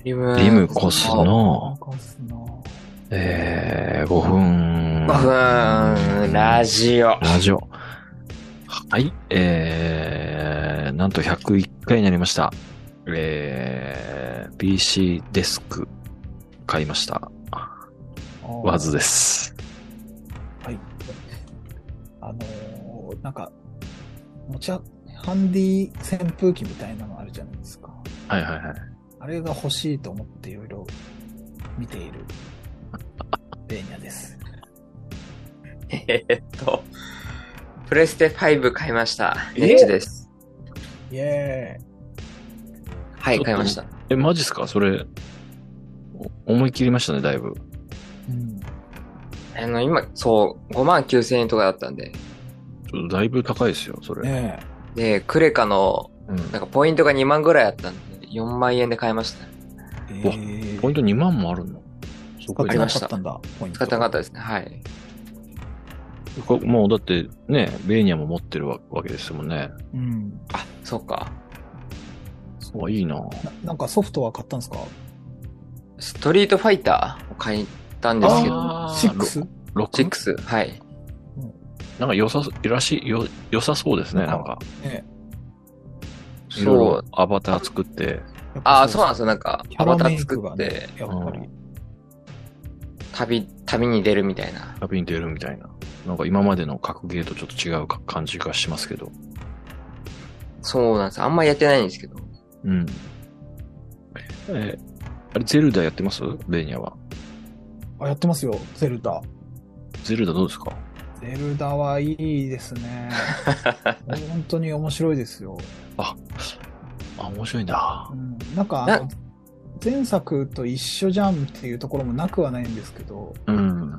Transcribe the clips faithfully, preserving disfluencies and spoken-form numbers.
リム、 リムコスの、 コスの、 えー、ごふん。 ごふん、ラジオ。 ラジオ。はい、えー、なんとひゃくいっかいになりました。えー、ピーシー デスク買いました。ワズです。 はい。あのー、なんか、持ちゃ、ハンディ扇風機みたいなのあるじゃないですか。 はいはいはい。 あれが欲しいと思っていろいろ見ているベーニャです。 えーっと、プレステファイブ買いました。ネッチです。 イェーイ。 はい、買いました。 え、マジっすかそれ、思い切りましたね、だいぶ。 うん。 あの、今、そう、ごまんきゅうせんえんとかだったんで。 ちょっとだいぶ高いですよ、それ。 ねで、クレカの、 うん、 なんかポイントがにまんぐらいあったんで、よんまんえんで買いました。 え。えー、 ポイントにまんもあるのそこ使ってなかったんだ、ポイント。 使ってなかったですね、はい。 もうだってね、ベーニャも持ってるわけですもんね。 うん。 あ、そうか。 そう、いいなな。 なんかソフトは買ったんですか？ ストリートファイターを買ったんですけど。 あー、 シックス？ ろく? シックス、はい。 なんか良さ、らしい、よ、良さそうですね、なんか。 ね、 いろいろそう。 アバター作って。 ああ、そうなんですよ。なんか、アバター作って、 ね、やっぱり、うん、 旅、旅に出るみたいな。 旅に出るみたいな。なんか今までの格ゲーとちょっと違う感じがしますけど。 そうなんです。あんまやってないんですけど。 うん。えー、あれ、ゼルダやってますベーニャは。 あ、やってますよ、ゼルダ。 ゼルダどうですか？ ゼルダはいいですね。本当に面白いですよ。 あ、あ、面白いんだ。 うん、なんかあの、前作と一緒じゃんっていうところもなくはないんですけど、 うん。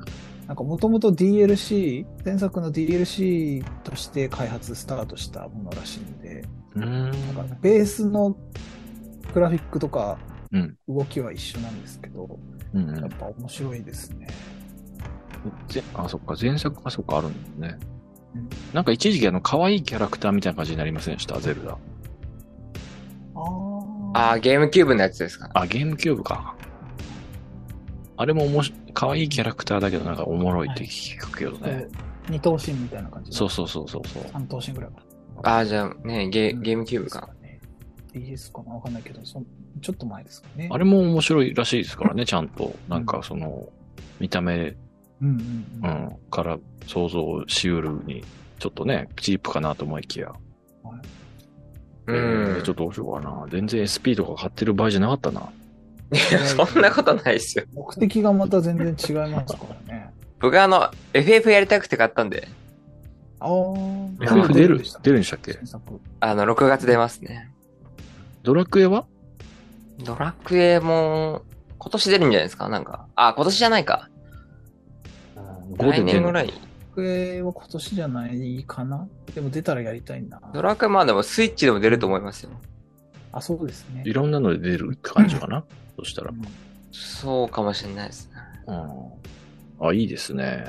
なんかもともと ディーエルシー、前作の ディーエルシー として開発スタートしたものらしいんで、 うん。 なんかベースのグラフィックとか動きは一緒なんですけど、 うん、 やっぱ面白いですね。 あ、そっか、前作がそっかあるんですね。うん、なんか一時期あの、可愛いキャラクターみたいな感じになりませんでしたゼルダ。 ああ、ゲームキューブのやつですか、ね、 あ、ゲームキューブか。あれもおもし、可愛いキャラクターだけどなんかおもろいって聞くけどね。はい、 二頭身みたいな感じ。 そうそうそうそうそう。 三頭身ぐらいか。 ああ、じゃあね、ゲゲームキューブか。 ディーエス かなわかんないけど、そちょっと前ですかね。 あれも面白いらしいですからね、ちゃんと。なんかその、見た目、 うんうんうん、 うん、から想像しうるに、ちょっとね、チープかなと思いきや。はい、えー、ちょっとどうしようかな。全然 エスピー とか買ってる場合じゃなかったな。 いや、そんなことないですよ。 目的がまた全然違いますからね。 僕はあの、エフエフ やりたくて買ったんで。 ああ。 エフエフ 出る、出るんでしたっけ？ あの、ろくがつ出ますね。 ドラクエは？ ドラクエも、今年出るんじゃないですかなんか。あ、今年じゃないか。来年ぐらい。ドラクエは今年じゃないかな。でも出たらやりたいな。 ドラクエまあでもスイッチでも出ると思いますよ。 あ、そうですね。 いろんなので出るって感じかなそしたら、うん。 そうかもしれないですね。 うん。あ、いいですね。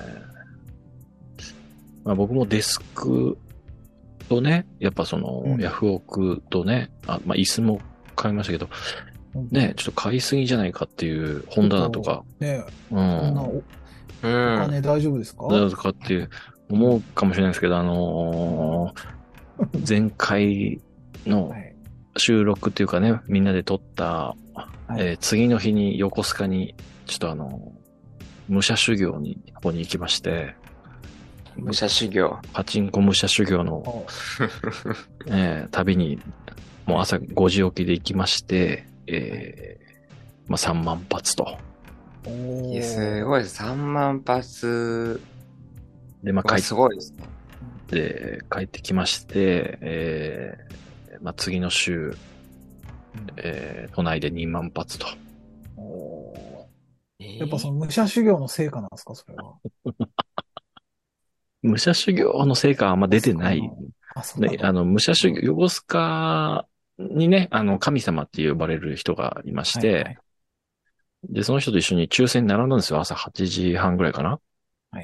まあ僕もデスクとね、やっぱその、うん、ヤフオクとね、あ、まあ椅子も買いましたけど、うん、ね、ちょっと買いすぎじゃないかっていう本棚とか。 ねうん。 そんなお、お金大丈夫ですか？ 大丈夫ですかって思うかもしれないですけど、あのー、前回の収録っていうかね、みんなで撮った、はい、えー、次の日に横須賀に、ちょっとあの、武者修行に、ここに行きまして、 武者修行。 パチンコ武者修行の、えー、旅に、もう朝ごじ起きで行きまして、えー、まあさんまん発と。 いや、すごいです。さんまん発。 で、まあ、帰って、 すごいですね。 で、帰ってきまして、えー、まあ、次の週、えー、都内でにまん発と。 おー、やっぱその武者修行の成果なんですか、それは。 武者修行の成果はあんま出てない。 あ、そうで、あの、武者修行、横須賀にね、あの、神様って呼ばれる人がいまして、はいはい、で、その人と一緒に抽選に並んだんですよ。朝はちじはんぐらいかな。 はい。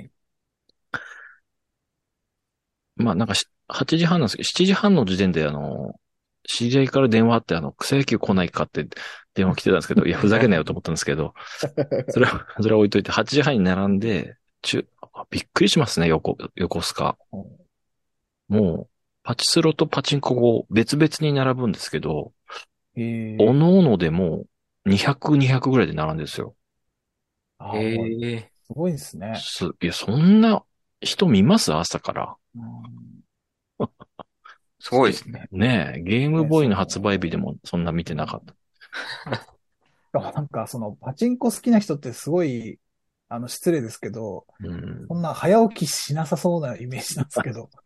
まあ、なんかはちじはんなんですけど、しちじはんの時点で、あの、知り合いから電話あって、あの、草野球来ないかって電話来てたんですけど、いや、ふざけんなよと思ったんですけど、それは、それは置いといて、はちじはんに並んで、中、あびっくりしますね、横、横須賀。もう、パチスロとパチンコを別々に並ぶんですけど、 へおえ。 のおのでもうにひゃく、にひゃくぐらいで並んでるんですよ。 ああ、 へもう、 え。 すごいですね。 す、いや、そんな人見ます朝から。 うん、 すごいですね。 ねえ、ゲームね、 ボーイのその、 発売日でもそんな見てなかった。 しかもなんか、その、パチンコ好きな人ってすごい、あの、失礼ですけど、 うん。 そんな早起きしなさそうなイメージなんですけど、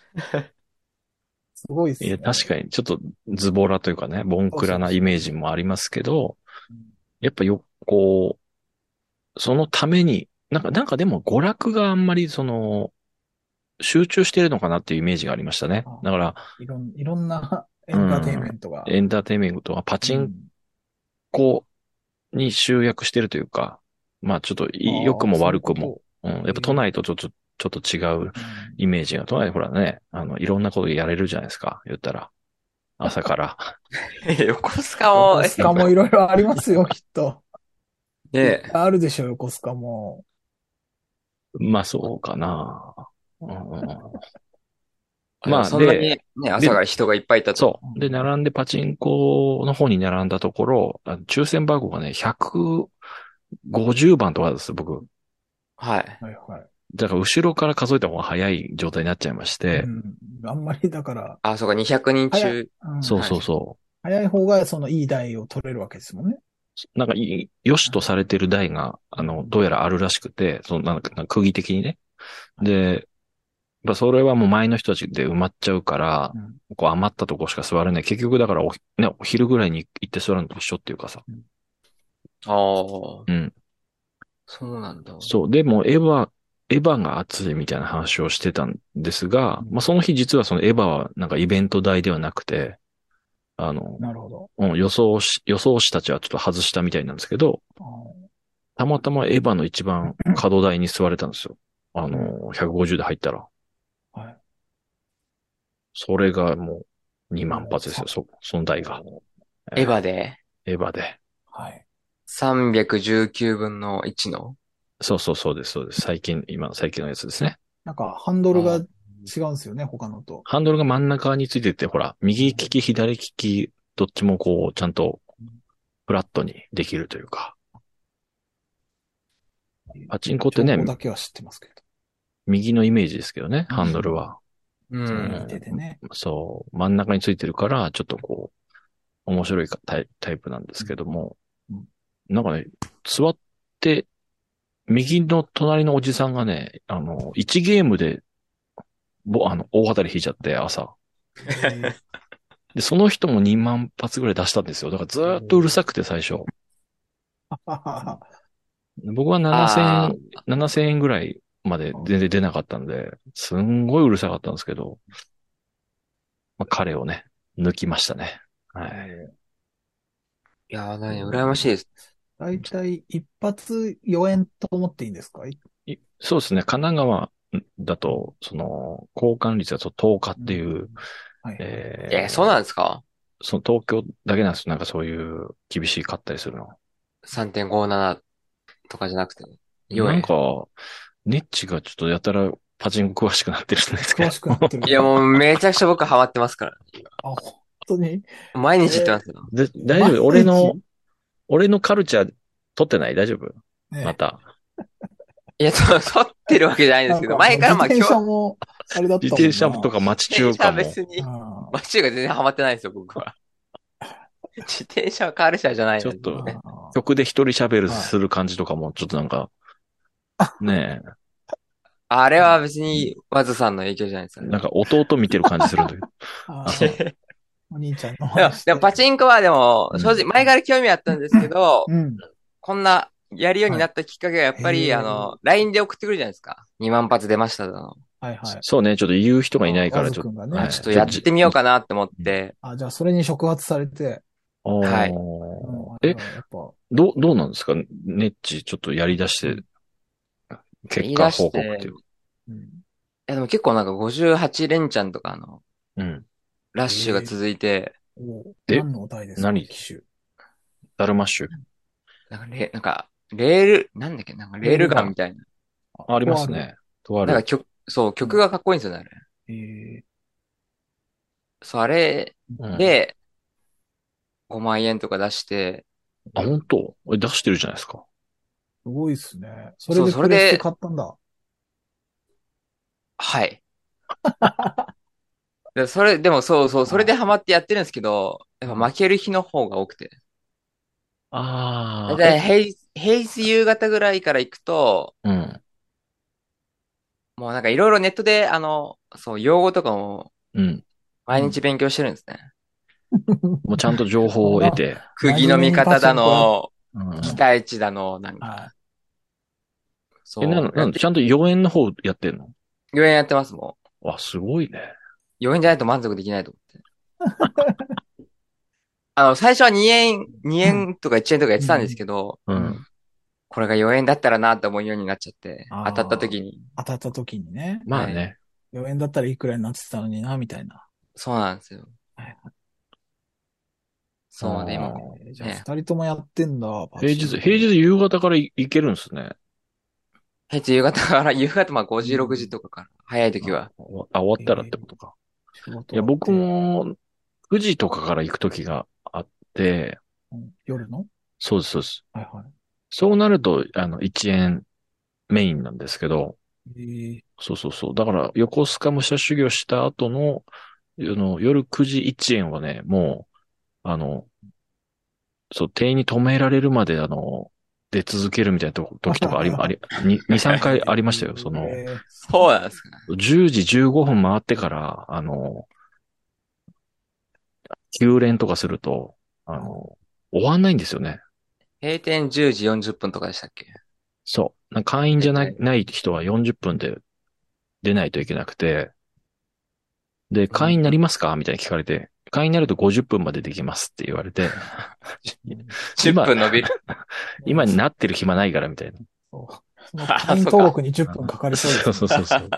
すごいでいや、 すね。 確かにちょっとズボラというかね、ボンクラなイメージもありますけど、やっぱよ、こう、そのために、なんか、なんかでも娯楽があんまりその、集中してるのかなっていうイメージがありましたね。 あ、 だから、 いろん、いろんなエうンターテインメん、 ントが。 エンターテインメントはパチンうん。 コに集約してるというか、まあちょっとい良くああ、 もそういう悪くも、 こと。 うん、やっぱ都ええ、 内とちょっと、ちょっと違ううん。 イメージが、都内ほらね、あの、いろんなことやれるじゃないですか、言ったら。朝から。 横須賀も、 横須賀もいろいろありますよ、きっと。いっねえ。 ぱいあるでしょ、横須賀も。 まあそうかな。うん、 あ、でもまあそんなにで、 ね、朝で、 から人がいっぱいいたと。 そう。で、並んでパチンコの方に並んだところ、あ抽選番号がね、ひゃくごじゅうばんとかです、僕。 はい。 はいはい。 だから後ろから数えた方が早い状態になっちゃいまして、 うん。あんまり、だから、 あ、そうか、にひゃくにん早い、 中。 うん。 そうはい。 そうそ早い方が、その、いい台を取れるわけですもんね。 う。なんかいい、良しとされてる台が、あの、どうやらあるらしくて、そのなんか、なんか区切的にね。で、やっぱそれはもう前の人たちで埋まっちゃうから、 うん。 こう余ったとこしか座れない。結局だからお、ね、お昼ぐらいに行って座るのと一緒っていうかさ。 ああ、 うん。 そうなんだ。 そう。でも、エヴァ、エヴァが熱いみたいな話をしてたんですが、 うん、 まあ、その日実はそのエヴァはなんかイベント代ではなくて、あの、 なるほど。 うん、予想し、予想士たちはちょっと外したみたいなんですけど、 あー、 たまたまエヴァの一番角台に座れたんですよ。あうん、 の、ひゃくごじゅうで入ったら。 はい。 それがもうにまんもうさ、 発ですよ、そ、その台が。 エえヴァでーエヴァで。 はい。 さんびゃくじゅうきゅうぶんのいちの。 そうそうそうです、そうです。最近、今、最近のやつですね。 なんか、ハンドルがあ違うんですよね、他のと。 ハンドルが真ん中についてて、ほら、右利き、左利き、どっちもこう、ちゃんとフラットにできるというか。パチンコって情ね、 報だけは知ってますけど。 右のイメージですけどね、ハンドルは。 うそう、 ん。 右手でね。 そう、真ん中についてるから、ちょっとこう、面白いかタイタイプなんですけども、 うん、 なんかね、座って、右の隣のおじさんがね、あの、いちゲームで、ぼ、あの、大当たり引いちゃって、朝。 えで、その人もにまん発ぐらい出したんですよ。だからずーっとうるさくて、最初。 ー、 僕はななせんえん、 あななせんえんぐらいまで全然出なかったんで、すんごいうるさかったんですけど、まあ、彼をね、抜きましたね。はい。 いやー、なに、羨ましいです。 だいたい一発よえんと思っていいんですか？いいそうですね。神奈川だと、その、交換率だととおかっていう、 はいはい。 えー、そうえー、 なんですか？ その東京だけなんですよ。なんかそういう厳しいかったりするの。 さんてんごなな とかじゃなくて、4円。 なんか、ネッチがちょっとやたらパチンコ詳しくなってるんですけ詳しくなってど。 る。 いや、もうめちゃくちゃ僕ハマってますから。 あ、本当に。 毎日言ってえますよ。 で、 ー、毎大丈夫俺の、 日俺のカルチャー取ってない大丈夫まね、 た。 いや、そう、剃ってるわけじゃないんですけど、 なんかもう前からまあ自転今日、 車も、あれだったもん自転車とな。 か町自転車は中華も、 別に、 あ街中華全然ハマってないですよ、僕は。自転車はカールシャーじゃないので。 ちょっとあ、あ曲で一人喋るあ、はい。 する感じとかも、ちょっとなんか、ねあれは別に、ワズさんの影響じゃないですかえ、 ね。 なんか弟見てる感じするんだけど。 ああ、そう。 あ、お兄ちゃんのでも、 真似して。 でもパチンコはでも、 うん。 正直前から興味あったんですけど、 うん。 こんなやるようにはい。 なったきっかけがやっへぱり、あえ、 の、ライン で送ってくるじゃないですか。にまん発出ましただの。 はいはい。 そうね、ちょっと言う人がいなあ、 いから、ちょっわずくんがと、 あ、 はね。 ちょっとい。じゃ、じ、 やってみようかなって思って、 あ、じゃあそれに触発されて、 はい。 うん、 おーえ、 あ、やっぱ、 どう、どうなんですかネッチ、ちょっとやり出して、結果言い出して、 報告っていうか。 うん。 やでも結構なんかごじゅうはち連チャンとかのうん。 ラッシュがええ、 続いて、 お、 え、 何のお題ですか、 何機種。 ダルマッシュ。 なんかレ、なんか、レール、なんだっけ、なんかレールガンみたいな。 あ、ありますね。とある。 なんか曲、そう、曲がかっこいいんですよね、あれ。 えそう、あれうん。 でごまん円とか出して、 あ、本当え出してるじゃないですか。 すごいっすね。それそう、 でプレステそれで、 買ったんだ。 はい。で、それ、でもそうそう、それであハマってやってるんですけど、やっぱ負ける日の方が多くて。だいああ、え、 たい平日、平日夕方ぐらいから行くと、 うん、 もうなんかいろいろネットで、あの、そう、用語とかもうん。 うん。 毎日勉強してるんですね。 もうちゃんと情報あな、 を得て。 釘の真面目にパ見方だチンコや、 の、 うん。 期待値だの、なんはか、 え、なの、 そう、やなんで、 って、 ちゃんとよえんの方やってんの？ よえんやってます、もあ、すごいね。 う。よえんじゃないと満足できないと思って。あの、最初はにえん、2 い。 円とかいちえんとかやっうん。 てたんですけど、 うん。 うん。 これがよえんだったらなって思うようになっちゃって、当たったああ、 時に。 当たった時にね。 はい。 まあね。 よえんだったらいくらになってたのにな、みたいな。 そうなんですよ。 はいはあそうで、今、 あ。 い。えーじゃあ、 ね。 二人ともやってんだ、パ平日、平チンコ。 日夕方からい行けるんですね。 平日夕方から、夕方まあごじ、ろくじうん。 とかから、早い時あ、 は。 終わあ終わったらっえーてことか。 仕事いや、僕終わって、 もくじとかから行く時があって、 うん、夜のそうです、そうです。 はいはそうなると、あの、いちえんメインなんですけど、 い。えそうそうそう。だから、横須賀武者修行した後の、あの、夜くじいちえんはね、もう、あの、そう、店員に止められるまで、あの、出続けるみたいなと時とかあり、あり、に、に、さんかいありましたよ。その、 えそうなんですか。 じゅうじじゅうごふん回ってから、あの、休連とかすると、あー、 の、終わんないんですよね。 閉店じゅうじよんじゅっぷんとかでしたっけ？ そう。なんか会員じゃない、 絶対。 ない人はよんじゅっぷんで出ないといけなくて、で、 うん。 会員になりますかみたいに聞かれて、会員になるとごじゅっぷんまでできますって言われて、 うん。 10 今、 分伸びる。 今になってる暇ないからみたいな。 そう。そのあ、 会員そうか。 登録にじゅっぷんかかりそうですね。 そうそうそうそう。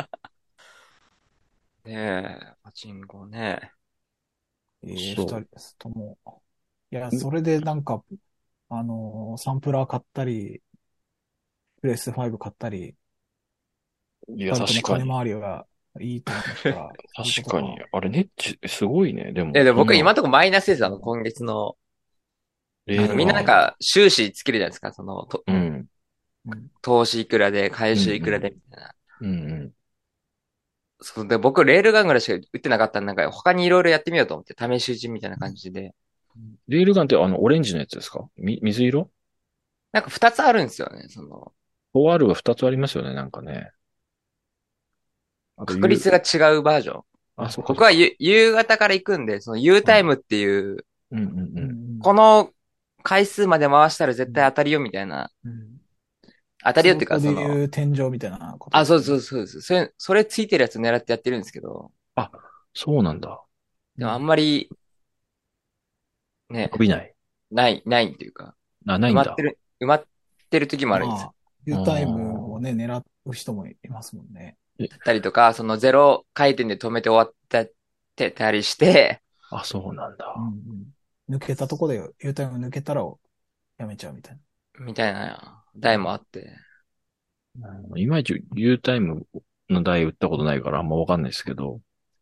ねえ、パチンコね。 ええ、二そ人とも。いや、 う。 それでなんか、あのーサンプラー買ったり、プレステファイブ買ったり、 いや、 二人とも確かに。 金回りがいいと思ったら、そういうことか。 確かに。あれ、ネッチ、すごいね。でも、 え、でもそんな、 僕今のところマイナスです。あの、今月の、あの、みんななんレールガン。 か収支つけるじゃないですか。その、と、 うん。 うん。 投資いくらで、回うん、 収いくらうん。 でみたいな。 うん、うん。 そうで、僕、レールガンぐらいしか打ってなかったんで、なんか他にいろいろやってみようと思って、試し打ちみたいな感じで。 レールガンってあの、オレンジのやつですか？み、水色？ なんか二つあるんですよね。その、 オーアール がふたつありますよね、なんかね。あと、 確 U、 率が違うバージョン。 あ、そっかそっか。 僕はゆ夕方から行くんで、その U タイムっていう、 うん、うん、ううん。うん。 ん。 この回数まで回したら絶対当たるよみたいな。 うん。 当たりよっていうか、 スロットでその、 いう天井みたいなことあ、 ですよね。 そうそうそうです。それ、それついてるやつ狙ってやってるんですけど、 あ、そうなんだ。 でもあんうん。 まり、ね、 伸びない。 ない、ないっていうか、 あ、ないんだ。 埋まってる、埋まってる時もあるんですよ。 まあ、 あ U タイムをーね、狙う人もいますもんね。 え、 だったりとか、そのゼロ回転で止めて終わってたりして、 あ、そうなんだ。 うんうん。抜けたとこで U タイム抜けたらやめちゃうみたいな。 みたいな台もあって。 うんいまいち U タイムの台打ったことないからあんまわかんないですけど、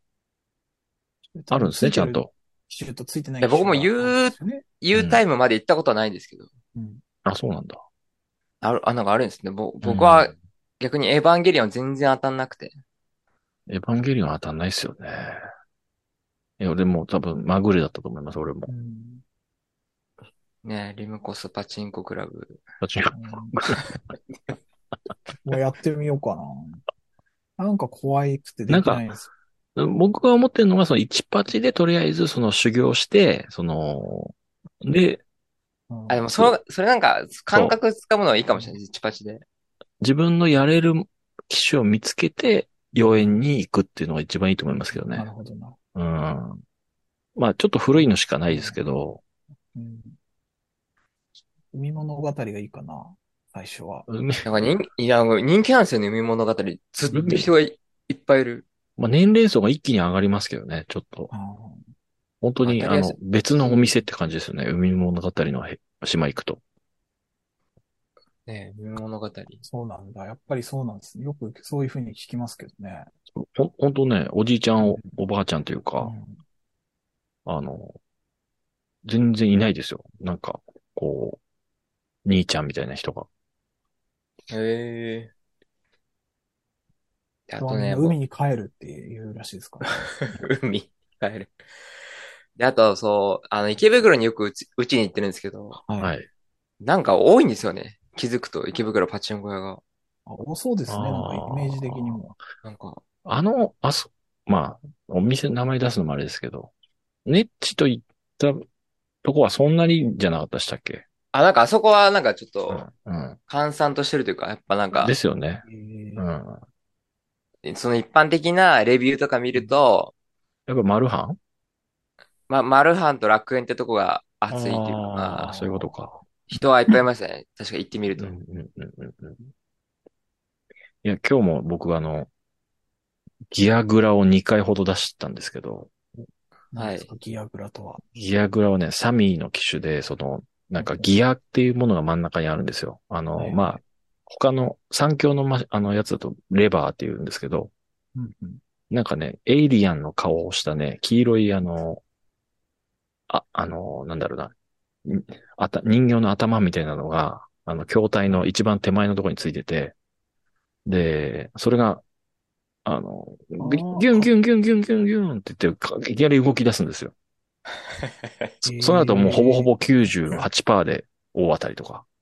U タイあるんですね、 ムついてるちゃんと。 機種とついてないで、僕も機種があるんで U、 すよね。 U タイうん。 ムまで行ったことはないんですけど、 うん。 あ、そうなんだ。 ある、あ、なんかあるんですね。ぼ、 う僕はん。 逆にエヴァンゲリオン全然当たんなくて。 エヴァンゲリオン当たんないっすよね。いや、俺も多分まぐれだったと思います、俺も。 うん。 ね、リムコスパチンコクラブ。 パチンうん、もうやってみようかな。なんか怖いくてでなんか、 きないです。 僕が思ってるのが、そのいちパチでとりあえずその修行して、その、で、 あ、でうん。 もその、それなんか感そう、 覚つかむのはいいかもしれないです。チパチで。 自分のやれる機種を見つけて、妖艶に行くっていうのが一番いいと思いますけどね。 なるほどな。 うん。まあ、ちょっと古いのしかないですけど、 うん。海物語がいいかな。最初は。 海、 なんか人、いや、人気なんですよね、海物語。ずっと海、 人がい、いっぱいいる。 まあ、年齢層が一気に上がりますけどね、ちょっと。 あ本当に、あの、 当たりやすい。 別のお店って感じですよね。海物語のへ島行くと。 ねえ、物語。 そうなんだ。やっぱりそうなんですね。よくそういうふうに聞きますけどね。 ほん、ほんとね、おじいちゃん、お、 うん。 おばあちゃんというか、 うん。 あの、全然いないですよ。なんか、こう、兄ちゃんみたいな人が。 へえ。であ人はとね、僕、 みんな海に帰るっていうらしいですからね。 海、帰る。で、あと、そう、あの、池袋によくうち、うちに行ってるんですけど、 はい。 はい。 なんか多いんですよね。気づくと、池袋パチンコ屋が。 あ、多そうですね。なんかイメージ的にあも。 なんか、 あ、あの、あそ、まあ、お店の名前出すのもあれですけど、ネッチと言ったとこはそんなにじゃなかったでしたっけ？ あ、なんかあそこはなんかちょっうと、 ん、 閑散としてるというか、やっぱなんうん。でか、 すよね。 えーうん。 その一般的なレビューとか見ると、 やっぱマルハン。 ま、マルハンと楽園ってとこが熱いっていうか、 ああー、 まあ、 そういうことか。 人はいっぱいいますね。確か行ってみるうん、うと。 ん、うん、うん。うん。いや、今日も僕はあの、ギアグラをにかいほど出したんですけど、 はい。 何ですか、ギアグラとは。 ギアグラはね、サミーの機種で、その、なんかギアっていうものが真ん中にあるんですよ。あの、 はいはい。 まあ、他の三強のま、あのやつだとレバーって言うんですけど、 うんうん。 なんかね、エイリアンの顔をしたね、黄色いあの、あ、あの、なんだろうな、んあた、人形の頭みたいなのが、あの、筐体の一番手前のところについてて、で、それが、あの、ギああ、か、 ギュンギュンギュンギュンギュンギュンって言って、かいきなり動き出すんですよ。 えそ、その後もうほぼほぼえきゅうじゅうはちパーセントで大当たりとか、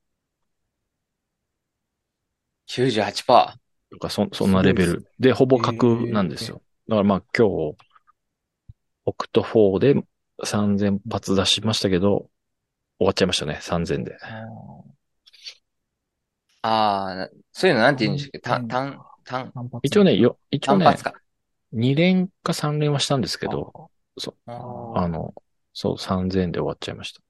きゅうじゅうはちパーセント。 とか、そ、そんすなレごいですね。 ベルで、ほぼ角なんですええよ。だからまあ今日、オクトフォーでさんぜん発出しましたけど、終わっちゃいましたね、さんぜんで。 ああ、 ああ、なそういうのなんて言うんでしたっけ？単、 さんぜん単、 か。 単、 単発一応ね、 みたいな。 よ、一応ね、 単発か。 に連かさん連はしたんですけど、 あそ、 ああ、ああ、 あの、そう、さんぜんで終わっちゃいました。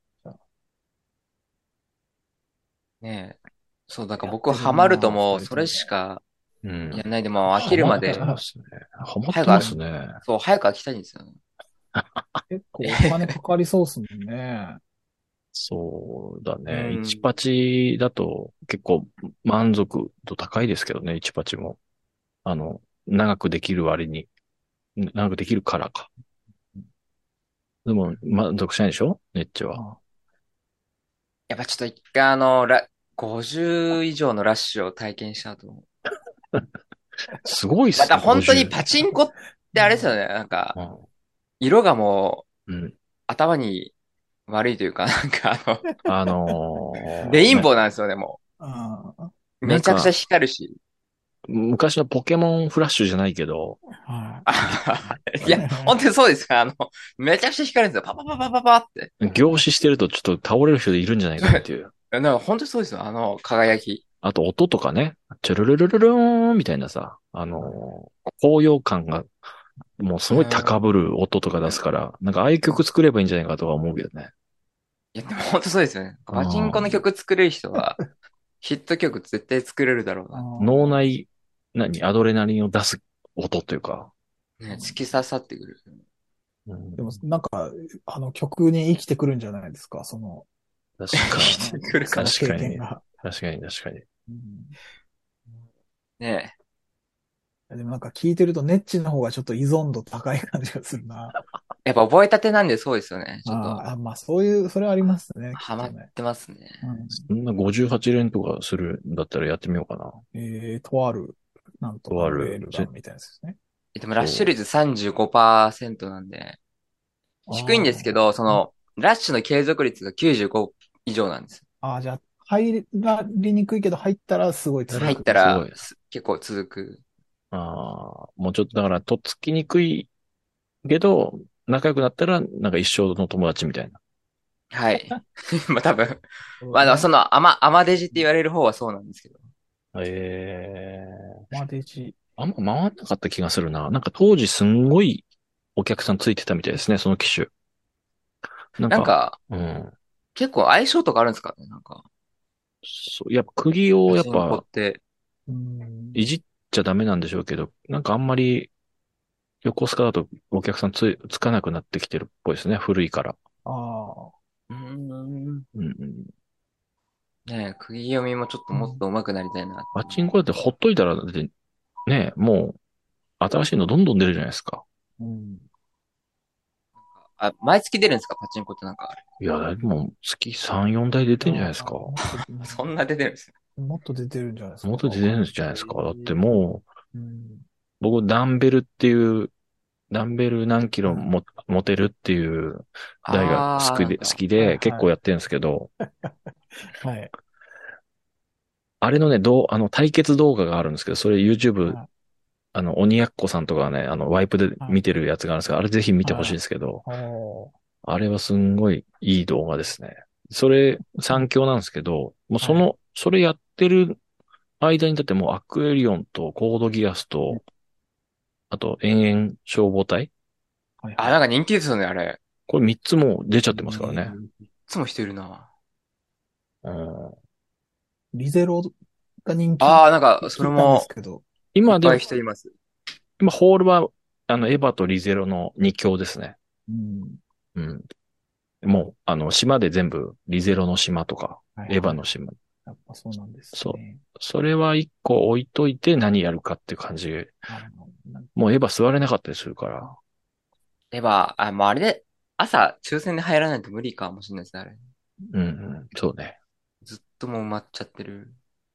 ねえ。そう、だからやってる僕ハマるとな、 もうそれ二人とも。 しかうん。 やんないでもう飽きハマっるまで、 てますね。ハマって早くあ、 ますね。 そう、早く飽きたいんですよ。 結構お金かかりそうっすもんね。 そうだうね。一ん。 パチだと結構満足度高いですけどね、一パチも。あの、長くできる割に、長くできるからか。でも、満足しないでしょネッチは。 あやっぱちょっと一回あの、ラ、ごじゅう以上のラッシュを体験したと。 すごいっまたすね、 本当にごじゅう。 パチンコってあれですよね。なんか、 う色がもうん。うん。 頭に悪いというか、なんかあの、 あレインのーね、 ボーなんですよね、もあ、あう。めちゃくちゃなんか、 光るし。 昔のポケモンフラッシュじゃないけど、 あ、はあいや、本当にそうですか。あの、めちゃくちゃ光るんですよ。パパパパパパって。 凝視してるとちょっと倒れる人いるんじゃないかっていう。 なんか本当にそうですよ。あの、輝き。 あと音とかね、チュルルルルルーンみたいなさ、あのー高揚感がもうすごい高ぶる音とか出すから、なんかああいう曲作ればいいんじゃないかとは思うけどね。 いや、でも本当そうですよね。パチンコのあ曲作れる人は、ヒット曲絶対作れるだろうあ、 な。 脳内、何、アドレナリンを出す音というか。 ね、突き刺さってくる。 うん、 でも、なんか、あの曲に生きてくるんじゃないですか、その、 確か生きてくるかな。 その経確かに。 験が。 確かに、確かに。 うんねでもなんか聞いてるとネッチの方がちょっと依存度高い感じがするな。 やっぱ覚えたてなんでそうですよね。ちょっと、 あーあ、まあそういう、それはありますね、きっハマっとね。 てますね。 うん、 そんなごじゅうはち連とかするんだったらやってみようかな。 えー、とある、なんとかのレとある。ぜールガンみたいなやつですね。 でもラッシュそ率さんじゅうごパーセントなんで、低いんですけど、その、ラッシュの継続率がきゅうじゅうご以上なんです。 ああ、じゃあ、入りにくいけど入ったらすごい続く。 入ったらすごい。 す結構続く。 ああ、もうちょっとだから、とっつきにくいけど、仲良くなったら、なんか一生の友達みたいな。 はい。まあ多分、まあでもそうね。 その、アマ、アマデジって言われる方はそうなんですけど。 ええ、 マデジ。 あんま回んなかった気がするな。なんか当時すんごいお客さんついてたみたいですね、その機種。なんか、 なんか、 うん。 結構相性とかあるんですかねなんか、 そう、やっぱ釘をパチンコっやっぱて。 うん。 いじっちゃダメなんでしょうけど、なんかあんまり横須賀だとお客さんつ、つかなくなってきてるっぽいですね、古いから。 ああ。 うーん。 うんうん。 ねえ、釘読みもちょっともっと上手くなりたいな。 パチンコだってほっといたら、だってね、もう新しいのどんどん出るじゃないですか。 うん。 あ、毎月出るんですかパチンコってなんか。 いや、でも月さん、よんだい出てんじゃないですか。 もっと、 そんな出てるんですよ。 もっと出てるんじゃないですか。 もっと出てるんじゃないですか。だってもう、 うん。 僕ダンベルっていう、ダンベル何キロはい。 も持てるっていう台が好あー、 きで、好なんか、 はい、 きで結はい。 構やってるんですけど、 はい。 あれのね、どう、あの対決動画があるんですけど、それ YouTube、 はい。 あの、鬼奴さんとかがね、あの、ワイプではい。 見てるやつがあるんですけど、あれぜひ見てほしいんはい。 ですけど、 おー。 あれはすんごいいい動画ですね。それ、三強なんですけど、もうそはい。 の、それやってる間にだってもうアクエリオンとコードギアスうん。 と、あと延々消防隊はい、 あ、 はい。 なんか人気ですよね、あれ。 これみっつもう出ちゃってますからね。 えー、 いつも人いるな。 うん、 リゼロが人気っあー、なんか、 て聞いたんですそれも、 けど。 いっぱい今でも、 人います。 今ホールは、あの、エヴァとリゼロのに強ですね。 うん。 うん。もう、あの、島で全部、リゼロの島とか、 はい、 エヴはい、はい。 ァの島。 やっぱそうなんですそう。 ね。 それはいっこ置いといて何やるかっていう感じ。 あの、なんもうエヴァ座れなかったりするから。 レバー、あ、もうあれで、朝、抽選で入らないと無理かもしれないですね、あれ。 うんうん。そうね。 ずっともう埋まっちゃってる。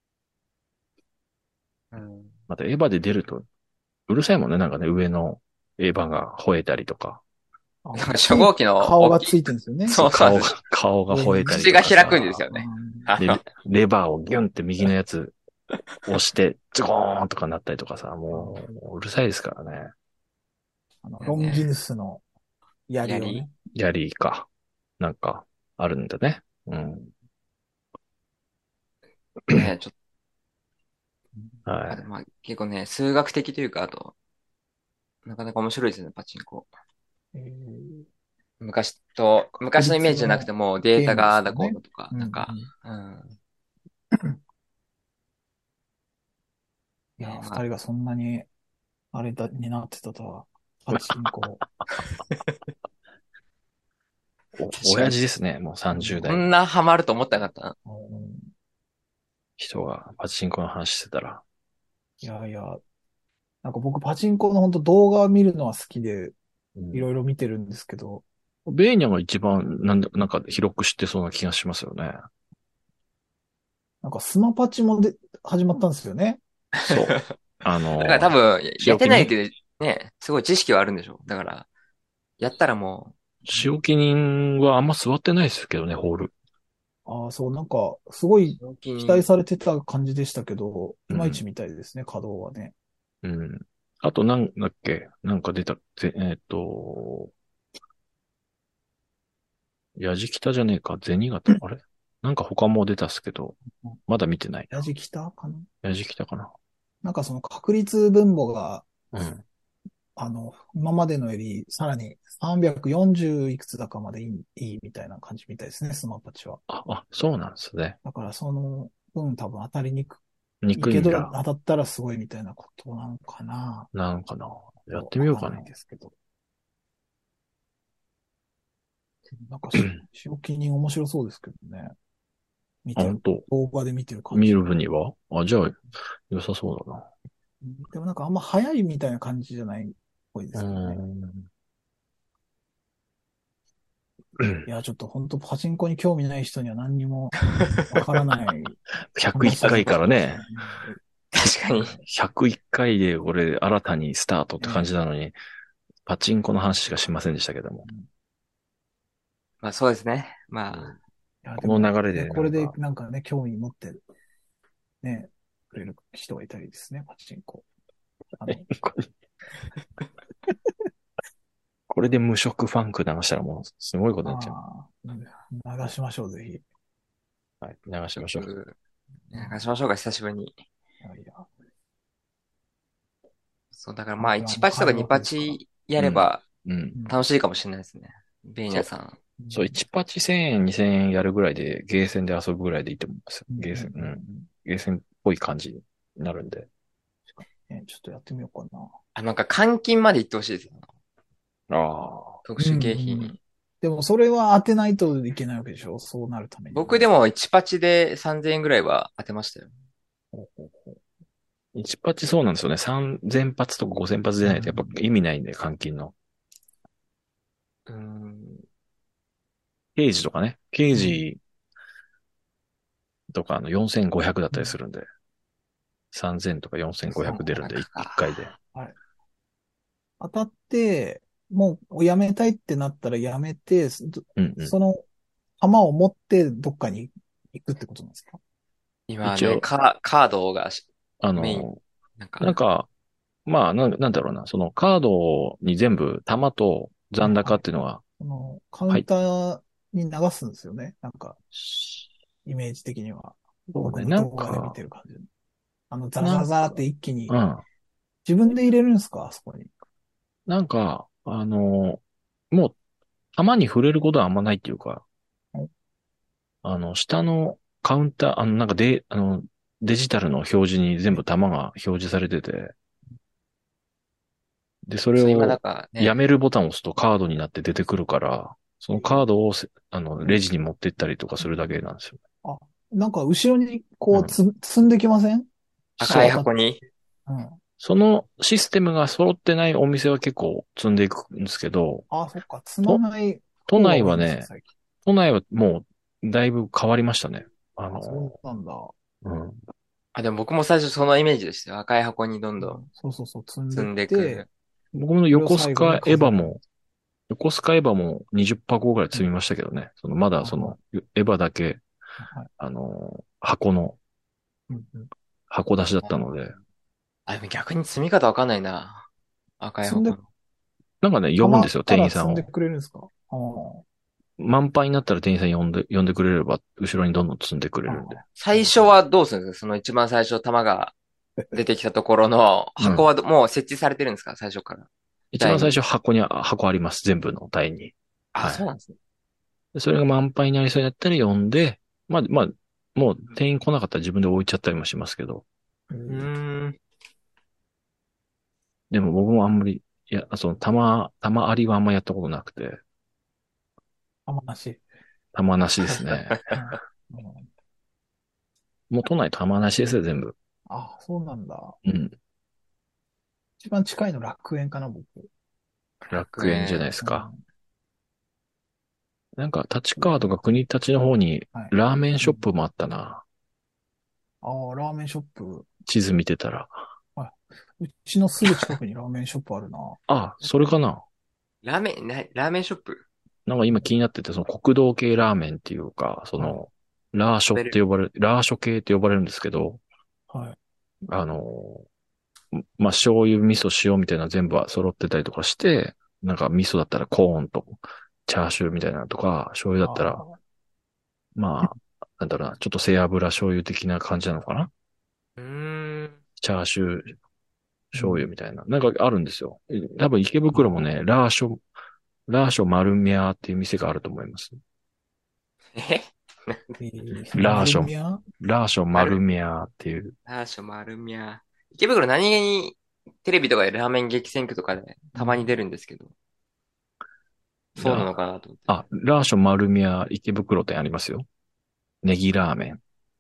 うん。 またエヴァで出ると、うるさいもんね。なんかね、上のエヴァが吠えたりとか。 あ、 なんか初つい、 号機の大きい、 顔がついてるんですよね。 そう、顔が、 そうそうです。 顔が吠えたり口がとかさ。 開くんですようね。 ん。 で、 あの、 レレバーをギュンって右のやつ押して、ズコーンとかなったりとかさ、もあ、 う、うるさいですからね。 あの、 いやロンギヌね、 スの槍をね。 やり、 やりか。なんか、あるんだね。うん。 ね、ちょっと、あとはい。 まあ、結構ね、数学的というか、あと、なかなか面白いですよね、パチンコ。 えー、 昔と、 確昔のイメージじゃなくて率のも、デーゲームでタがああだすよね。 こうだとか、 うん、うなんか、 ん。 うん。 いやー、 ね、まあ、 二人がそんなに、あれだ、になってたとは、パチンコ。 お、 確かに。 親父ですね。もううん、 さんじゅう代のこんなハマると思ってなかったな。 うん、 人がパチンコの話してたら。 いやいや、なんか僕パチンコの本当動画を見るのは好きで、 うん。 いろいろ見てるんですけど、 ベーニャが一番、なんだ、なんか広く知ってそうな気がしますよね。 なんかスマパチもで始まったんですよね。 そう。あだから多の、 分、やって仕置き人、 ないけど、ね、すごい知識はあるんでしょ。だから、やったらも仕置き人はあんま座ってないですけどね、ホール。 ああ、そう、なんか、すごいう、賞金、 期待されてた感じでしたけど、いまいちうん。 みたいですね、稼働はね。 うん。あと、なんだっけなんか出た、ぜえっと、やじきたじゃねえか、銭形、あれなんか他も出たっすけど、まだ見てないな。 やじきたかな。 やじきたかな。 なんかその確率分母が、 うん。 あの、今までのよりさらにさんびゃくよんじゅういくつだかまでいい、いいみたいな感じみたいですね、スマパチは。 あ、あ、そうなんですね。 だからその分多分当たりにくいけど、 憎いんだ。 当たったらすごいみたいなことなのかな。 なのかな。やってみようかな。 わかんないですけど。なんかし、仕置き人面白そうですけどね。見あ、 てる、 本当動画で見てる感見るじ。 分にはあ、じゃあ、良さそうだな。 でもなんかあんま早いみたいな感じじゃないっぽいでうーすけどね。 ん。 いや、ちょっと本当パチンコに興味ない人には何にもわからない 101 話にな回っちゃいましたからね、 ね。 確かに。 ひゃくいっかいで俺新たにスタートって感じええ、 なのに、パチンコの話しかしませんでしたけども。 うん、 まあそうですね。まうん、 あ、 いや、でこのも、ね、 流れでこれでなんか、 なんかね、興味持ってね、くれる人がいたりですね、パチンコ。あの、 これで無色ファンク流したらもうすごいことになっちゃう。 ああ、流しましょう、ぜひ。 はい、流しましょう。 曲、 うん、 流しましょうか、久しぶりに。 いやいや、 そう、だからまあ、 チャンピオンいちも買えるパチとかにパわけですから。 チやうん。 ればうん。 うん、 楽しいかもしれないですね。ベーニそう。 ャさん。 そう、いちパチせんえん、にせんえんやるぐらいで、ゲーセンで遊ぶぐらいでいいと思いますよ。 うん、うん、うん、 ゲーセン、うん。 うん。 ゲーセンっぽい感じになるんで。 確かにね、ちょっとやってみようかな。 あ、なんか換金まで行ってほしいですよ。 ああ。 特殊うん、うん。 景品。 でもそれは当てないといけないわけでしょ、そうなるために。 僕でもいちパチでさんぜんえんぐらいは当てましたよ。 ほうほうほう。 いちパチそうなんですよね。さんぜん発とかごせん発出ないとやっぱ意味ないんで、換金の。 うーん。 刑事とかね。刑事とかあのよんせんごひゃくだったりするんで、さんぜんとかよんせんごひゃく出るんで、いっかいで。 はい。当たって、もうやめたいってなったらやめて、そうんうん。 その弾を持ってどっかに行くってことなんですか？ 今ね、 一応、 カ、カードがしあメイン、 の、 なんか、 なんか、まあ、なん、なんだろうな、そのカードに全部弾と残高っていうのが、 このカウはい。 ンターに流すんですよね。なんか、イメージ的には。僕そうね、なんの動画で見か、 てる感じ。あの、ザラザなんか、 ラザラって一気に、 うん。 自分で入れるんですかあそこに。 なんか、あの、もう、弾に触れることはあんまないっていうか、あの、下のカウンター、あの、なんかで、あの、デジタルの表示に全部弾が表示されてて、で、それそう、今なんをかね、 やめるボタンを押すとカードになって出てくるから、そのカードをせあの、レジに持ってったりとかするだけなんですよ。 あ、なんか後ろにこうん。 うつ、積んできません？ 赤い人当たっ箱に、 うん。 そのシステムが揃ってないお店は結構積んでいくんですけど、 あ、そっか。積まと、 ない都方が多いんですよ、 内はね、 最近。 都内はもうだいぶ変わりましたね。ああ、その、 うなんだ。 うん。 あ、でも僕も最初そのイメージでしたよ。赤い箱にどんどんうん、そうそうそう、積んでっ積んでいて、 く。 僕もそれを横須最後に賀エ数える。 ヴァも、横須賀エヴァもにじゅっ箱ぐらい積みましたけどね。そのまあ、はだそのエヴァだけ、 い。はい。 あの、箱の、 うんうん。 箱出しだったので、 あ、でも逆に積み方わかんないな。赤い積んで、 箱の。 なんかね、呼溜まっぶんですよ、 たら積んで店員さんを。 くれるんですか？ああ。 満杯になったら店員さん呼んで、呼んでくれれば、後ろにどんどん積んでくれるんで。 ああ。 最初はどうするんですか？その一番最初、弾が出てきたところのうん。 箱はどもう設置されてるんですか？最初から。 一番最初台に。 箱に、あ箱あります。全部の台に。 あ、 はい。 そうなんですね。 でそれが満杯になりそうになったら呼んで、まあ、まあ、もう店員来なかったら自分で置いちゃったりもしますけど、 うーうん。 ん。 でも僕もあんまり、いや、その、玉、玉ありはあんまやったことなくて、 あんまなし。 玉なしですね。 うん。うん。 もう都内玉なしですよ、全部。 あ、そうなんだ。 うん。 一番近いの楽園かな、僕。 楽楽園じゃないで園。 すか。 うん。 なんか、立川とか国立の方にはい。 ラーメンうん。 ショップもあったな。 ああ、ラーメンショップ。 地図見てたら。 はい。うちのすぐ近くにラーメンショップあるな。 あ、それかな。 ラーメン、な、ラーメンショップなんか今気になってて、その国道系ラーメンっていうか、そはい。 の、ラーショっ食べる。 て呼ばれる、ラーショ系って呼ばれるんですけど、 はい。 あの、まあ、醤油、味噌、塩みたいな全部は揃ってたりとかして、なんか味噌だったらコーンとチャーシューみたいなのとか、醤油だったら、 あまあ、なんだろうな、ちょっと背脂醤油的な感じなのかな。 うーん。 チャーシューうん。 醤油みたいな。なんかあるんですよ。え多分池袋もね、 あラーショ、ラーショ丸宮っていう店があると思います。 えー、えー、丸ラーショ、 宮。 ラーショ丸丸、 宮っていう。 ラーショ丸宮。池袋何気にテレビとかでラーメン激戦区とかでたまにうん。 出るんですけど、そうなのラ、 かなと思って。 あ、ラーショ丸宮池袋店ありますよ。ネギラーメン。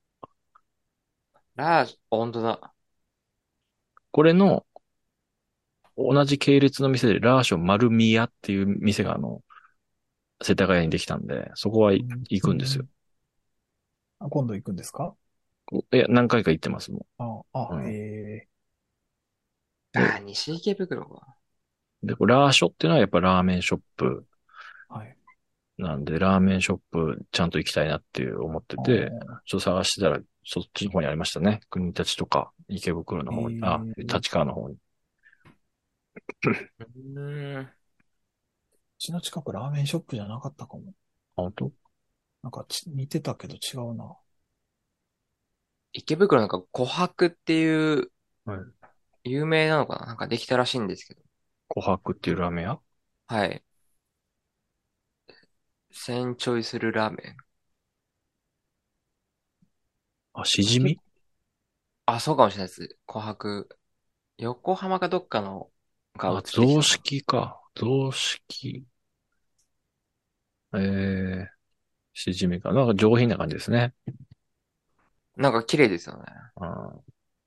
ラーショ、本当だ。 これの同じ系列の店でラーショ丸宮っていう店があの、世田谷にできたんで、そこはいうん。 行くんですよ。 うん。あ、今度行くんですか？ いや、何回か行ってますもあ、あ、 ん。うん。 えで、 あー、西池袋か。 で、これラーショっていうのはやっぱラーメンショップー、はい。 なんで、ラーメンショップちゃんと行きたいなっていう思ってあて、 ー、 ちょっと探してたら、そっちの方にありましたね。国立とか池袋のえ方に、あ、 ー、う立川の方に。 うーん。 ちの近くラーメンショップじゃなかったかも。 あ、本当？ なんかち似てたけど違うな。 池袋なんか琥珀っていうはい。 有名なのかななんかできたらしいんですけど。 琥珀っていうラーメン屋？ はい。せんちょいするラーメン。 あ、しじ池、 み？ あ、そうかもしれないです。琥珀。横浜かどっかのが映あ、 ってき雑たかな。 式か。雑式。 えー、しじみか。なんか上品な感じですね。 なんか綺麗ですよね。 あ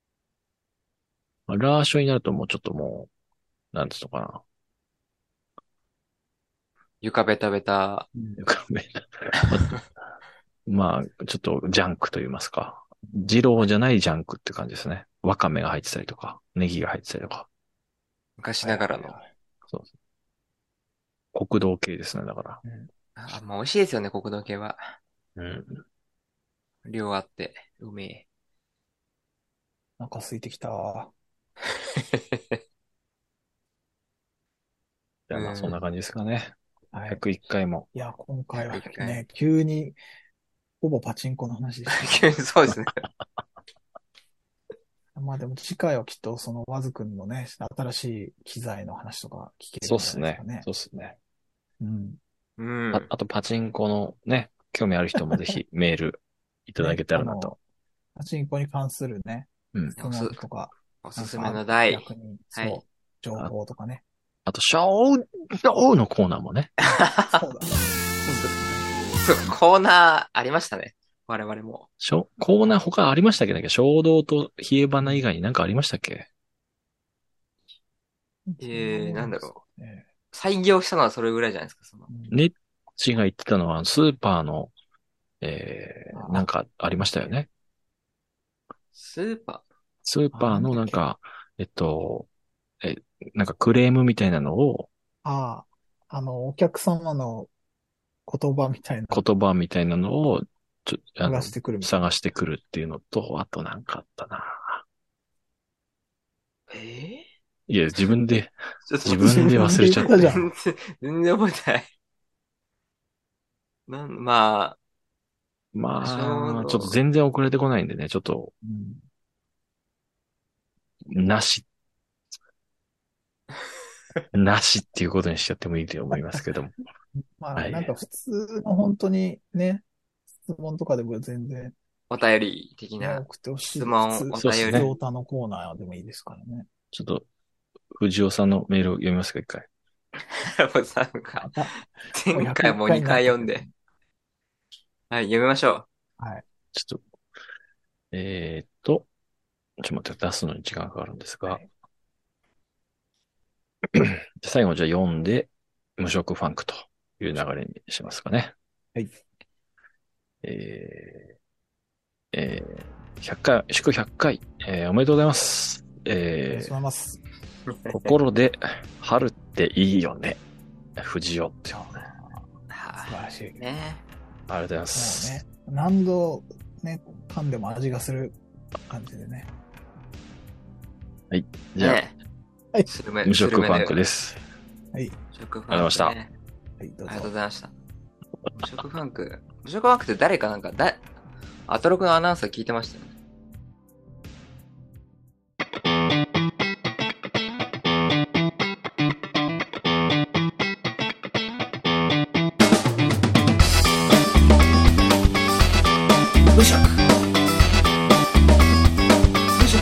ラーショになるともうちょっともう、なんつうのかな。 床ベタベタ。 まあ、ちょっとジャンクと言いますか。二郎じゃないジャンクって感じですね。わかめが入ってたりとか、ネギが入ってたりとか。 昔ながらの。 そうです。国道系ですね、だから。 うん、あ、まあ美味しいですよね、国道系は。 うん。 量あって、うめえ。 なんか空いてきた。 じゃあまあそんな感じですかね。 はい。 ひゃくいっかいも。 いや、今回はひゃくいっかいね、急に、ほぼパチンコの話でし急にそうですね。 た。まあでも次回はきっとそのワズくんのね、新しい機材の話とか聞けるんじゃそうっすねないですかね。。 そうっすね。 うん。 うん。 あ、あとパチンコのね、興味ある人もぜひメールいただけたらなと。 ね、パチンコに関するね、 うん。 質問とか、 おすすめの題。 逆に、そう、 はい、 情報とかね。 あと、ショードのコーナーもね。 そうだ。 そう、コーナーありましたね。我々も。 しょコーナー他ありましたっけね、衝動と冷え花以外に何かありましたっけ？ えー、なんだろう。 ね、 採用したのはそれぐらいじゃないですか、その。 ネッチが言ってたのは、スーパーの、えー、なんかありましたよね。 スーパースーパーのなんか、えっと、え、なんかクレームみたいなのを、 ああ、あの、お客様の言葉みたいな。 言葉みたいなのを、ちょあの探してくるみたいな。 探してくるっていうのと、あとなんかあったな。 えー、 いや、自分で、 ちょっと自分で忘れちゃった。 自分で言ったじゃん。 全然、全然覚えてない。なん、まあ、 まちょうあ、 どちょっと全然遅れてこないんでね、ちょっと、 うん、 なし。なしっていうことにしちゃってもいいと思いますけども。 まあ、 はいなんか普通の本当にね、質問とかでも全然、 お便り的ね、 な送ってほしい。 質問、 普お通、 便り。 普通オタのコーナーでもいいですからね。 ちょっと、藤尾さんのメールを読みますか、一回。 もうさなんかまた前回もにかい読んで。はい、読みましょう。はい。 ちょっと、えー、っと、ちょっと待って、出すのに時間かかるんですが。 はい、 最後じゃあ読んで、無色ファンクという流れにしますかね。 はい。 えー、えー、ひゃっかい、祝ひゃっかい、えー、おめでとうございます。えー、 ありがとうございます。 心で、春っていいよね。藤尾っていうのね。 素晴らしい。 ね。 ありがとうございます。 もうね、何度ね、噛んでも味がする感じでね。 はい。じゃあ、 ねはい、 無色ファンクです。 はい。 無色ファンク、ね。 ありがとうございました。はい、 どうぞ。 ありがとうございました。無色ファンク。無色ファンクって誰かなんか、だ、アトロクのアナウンサー聞いてましたよね。無色無色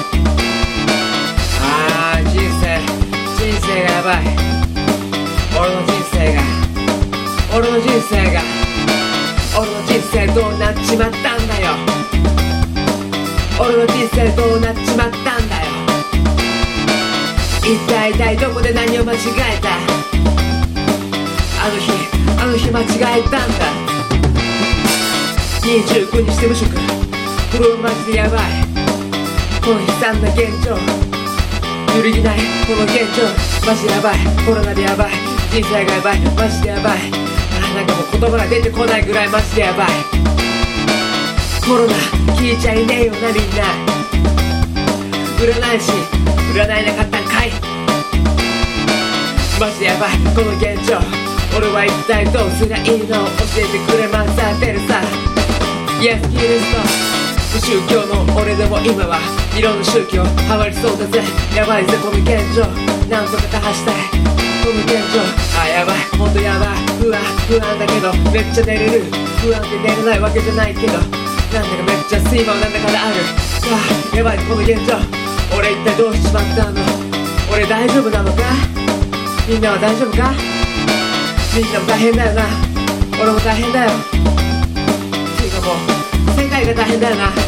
あー人生人生がやばい俺の人生が俺の人生が俺の人生どうなっちまったんだよ俺の人生どうなっちまったんだよ一体一体どこで何を間違えたあの日あの日間違えたんだにじゅうごにして無職これはマジでやばいこの悲惨な現状揺るぎないこの現状マジでやばいコロナでやばい人生がやばいマジでやばいあなんかもう言葉が出てこないぐらいマジでやばいコロナ聞いちゃいねえよなみんな占い師占いなかったんかいマジでやばいこの現状俺は一体どうすりゃいいの教えてくれまさてるさイエスキリスト宗教の俺でも今はいろんな宗教ハマりそうだぜやばいぜこの現状なんとか打破したいこの現状あやばいほんとやばい不安不安だけどめっちゃ寝れる不安で寝れないわけじゃないけどなんだかめっちゃ睡魔なんだからあるあやばいこの現状俺一体どうしちまったの俺大丈夫なのかみんなは大丈夫かみんなも大変だよな俺も大変だよ。ていうかもう世界が大変だよな。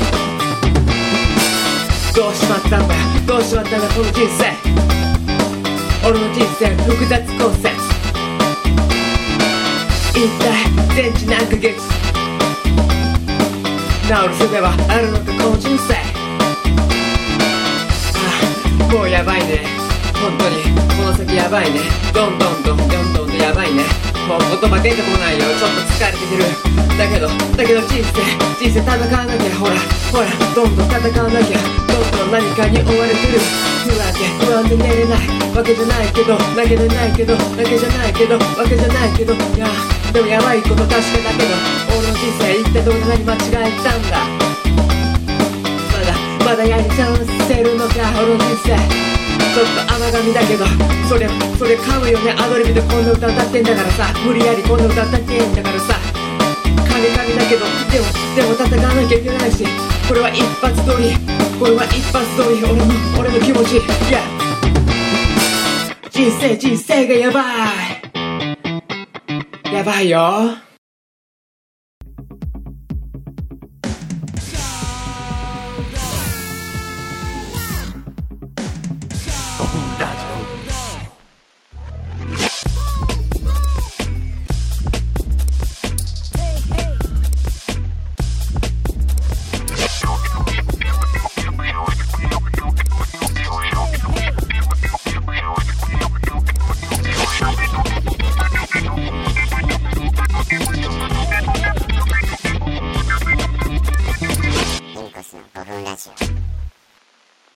どうしまったんだよ、どうしまったんだこの人生。俺の人生複雑骨折。一体全治何ヶ月、治る術はあるのかこの人生。ああもうやばいね、本当にこの先やばいね。どんどんどんどんどんどんやばいね。もう言葉出てこないよ、ちょっと疲れてくる。だけどだけど人生人生戦わなきゃ、ほらほらどんどん戦わなきゃ。どんどん何かに追われてる。不安で不安で寝れないわけじゃないけど、だけでないけど、だけじゃないけど、わけじゃないけど、いやでもやばいこと確かだけど、俺の人生一体どこで何間違えたんだ。まだまだやり直せるのか俺の人生。ちょっと甘噛みだけど、それそれ噛むよね。アドリブでこんな歌歌ってんだからさ、無理やりこんな歌歌ってんだからさ、噛み噛みだけど、でもでも戦わなきゃいけないし、これは一発撮り、これは一発撮り。俺の俺の気持ち、いや人生人生がやばいやばいよ。 どんだ